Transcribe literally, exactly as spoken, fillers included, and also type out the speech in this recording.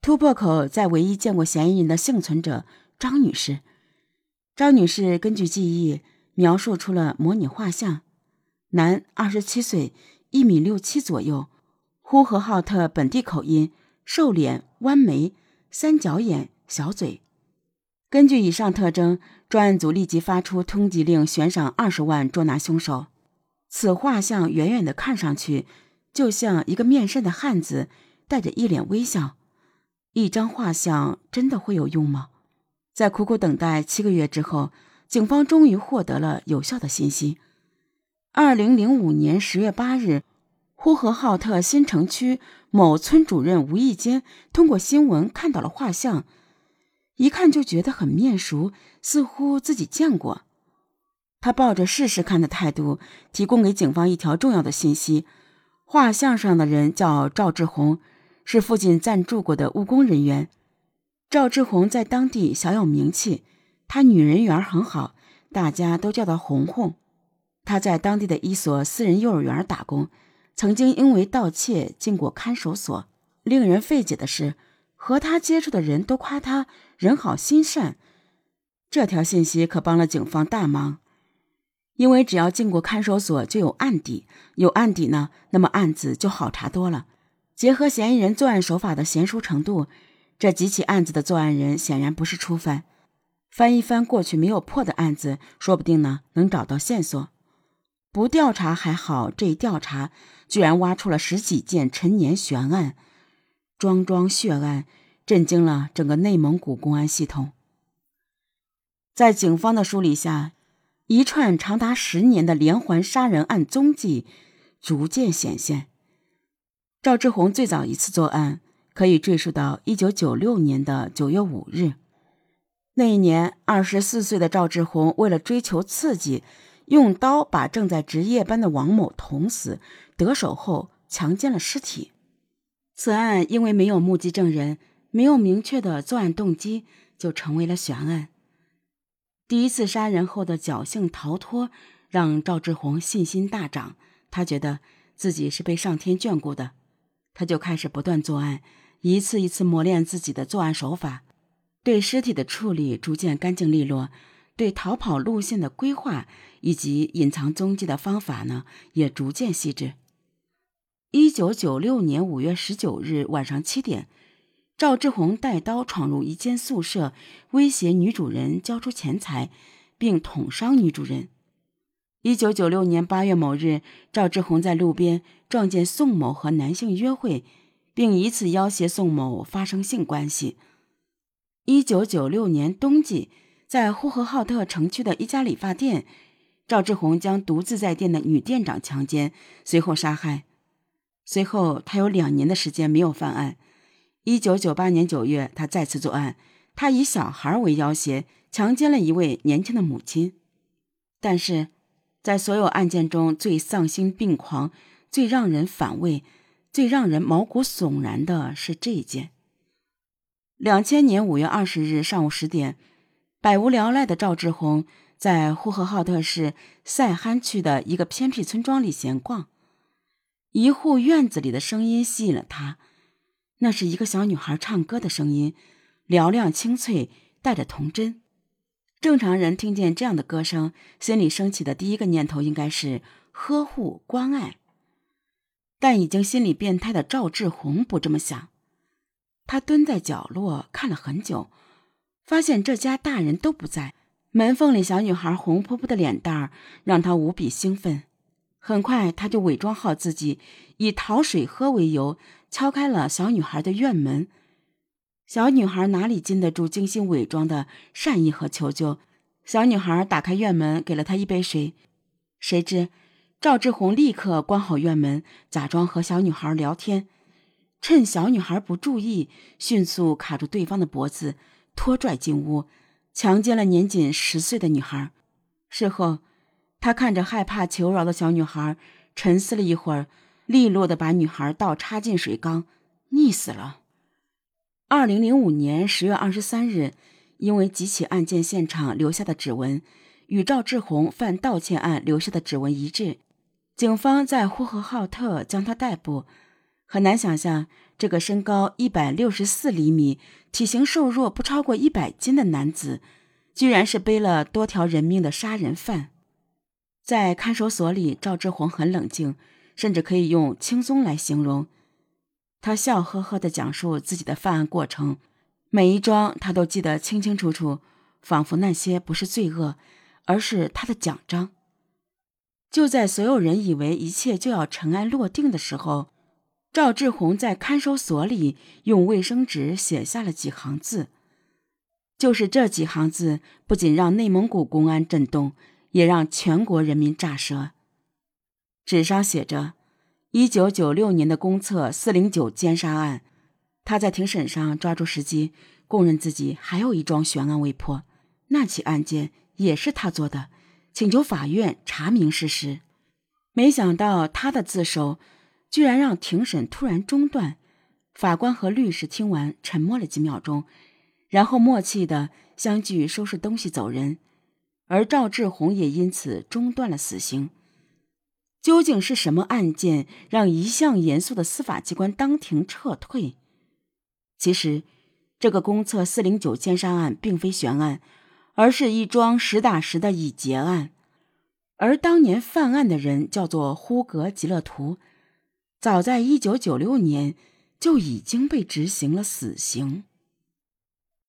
突破口在唯一见过嫌疑人的幸存者张女士。张女士根据记忆描述出了模拟画像：男，二十七岁，一米六七左右，呼和浩特本地口音，瘦脸，弯眉，三角眼，小嘴。根据以上特征，专案组立即发出通缉令，悬赏二十万捉拿凶手。此画像远远地看上去就像一个面善的汉子，带着一脸微笑。一张画像真的会有用吗？在苦苦等待七个月之后，警方终于获得了有效的信息。二零零五年十月八日，呼和浩特新城区某村主任无意间通过新闻看到了画像，一看就觉得很面熟，似乎自己见过。他抱着试试看的态度，提供给警方一条重要的信息：画像上的人叫赵志红，是附近暂住过的务工人员。赵志红在当地小有名气，他女人缘很好，大家都叫他红红。他在当地的一所私人幼儿园打工，曾经因为盗窃进过看守所。令人费解的是，和他接触的人都夸他人好心善。这条信息可帮了警方大忙，因为只要进过看守所就有案底，有案底呢，那么案子就好查多了。结合嫌疑人作案手法的娴熟程度，这几起案子的作案人显然不是初犯。翻一翻过去没有破的案子，说不定呢能找到线索。不调查还好，这一调查居然挖出了十几件陈年悬案，桩桩血案，震惊了整个内蒙古公安系统。在警方的梳理下，一串长达十年的连环杀人案踪迹逐渐显现。赵志红最早一次作案可以追溯到一九九六年的九月五日。那一年，二十四岁的赵志红为了追求刺激，用刀把正在值夜班的王某捅死，得手后强奸了尸体。此案因为没有目击证人，没有明确的作案动机，就成为了悬案。第一次杀人后的侥幸逃脱让赵志红信心大涨，他觉得自己是被上天眷顾的，他就开始不断作案，一次一次磨练自己的作案手法，对尸体的处理逐渐干净利落，对逃跑路线的规划以及隐藏踪迹的方法呢，也逐渐细致。一九九六年五月十九日晚上七点，赵志红带刀闯入一间宿舍，威胁女主人交出钱财，并捅伤女主人。一九九六年八月某日，赵志红在路边撞见宋某和男性约会，并以此要挟宋某发生性关系。一九九六年冬季，在呼和浩特城区的一家理发店，赵志红将独自在店的女店长强奸，随后杀害。随后他有两年的时间没有犯案。一九九八年九月，他再次作案，他以小孩为要挟，强奸了一位年轻的母亲。但是在所有案件中，最丧心病狂、最让人反胃、最让人毛骨悚然的是这一件。两千年五月二十日上午十点，百无聊赖的赵志红在呼和浩特市赛罕区的一个偏僻村庄里闲逛，一户院子里的声音吸引了他，那是一个小女孩唱歌的声音，嘹亮清脆，带着童真。正常人听见这样的歌声，心里升起的第一个念头应该是呵护关爱，但已经心理变态的赵志红不这么想。他蹲在角落看了很久，发现这家大人都不在，门缝里小女孩红扑扑的脸蛋儿让他无比兴奋。很快他就伪装好自己，以讨水喝为由敲开了小女孩的院门。小女孩哪里经得住精心伪装的善意和求救，小女孩打开院门给了他一杯水。谁知赵志红立刻关好院门，假装和小女孩聊天，趁小女孩不注意，迅速卡住对方的脖子，拖拽进屋，强奸了年仅十岁的女孩。事后他看着害怕求饶的小女孩，沉思了一会儿，利落地把女孩倒插进水缸，溺死了。二零零五年十月二十三日，因为几起案件现场留下的指纹与赵志红犯盗窃案留下的指纹一致，警方在呼和浩特将他逮捕。 很难想象，这个身高一百六十四厘米、体型瘦弱不超过一百斤的男子，居然是背了多条人命的杀人犯。在看守所里，赵志宏很冷静，甚至可以用轻松来形容。他笑呵呵地讲述自己的犯案过程，每一桩他都记得清清楚楚，仿佛那些不是罪恶，而是他的奖章。就在所有人以为一切就要尘埃落定的时候，赵志宏在看守所里用卫生纸写下了几行字。就是这几行字，不仅让内蒙古公安震动，也让全国人民炸舌。纸上写着一九九六年的公测四零九奸杀案，他在庭审上抓住时机，供认自己还有一桩悬案未破，那起案件也是他做的，请求法院查明事实。没想到他的自首居然让庭审突然中断，法官和律师听完沉默了几秒钟，然后默契地相继收拾东西走人，而赵志宏也因此中断了死刑。究竟是什么案件让一向严肃的司法机关当庭撤退？其实这个公测四零九奸杀案并非悬案，而是一桩实打实的已结案。而当年犯案的人叫做呼格吉勒图，早在一九九六年就已经被执行了死刑。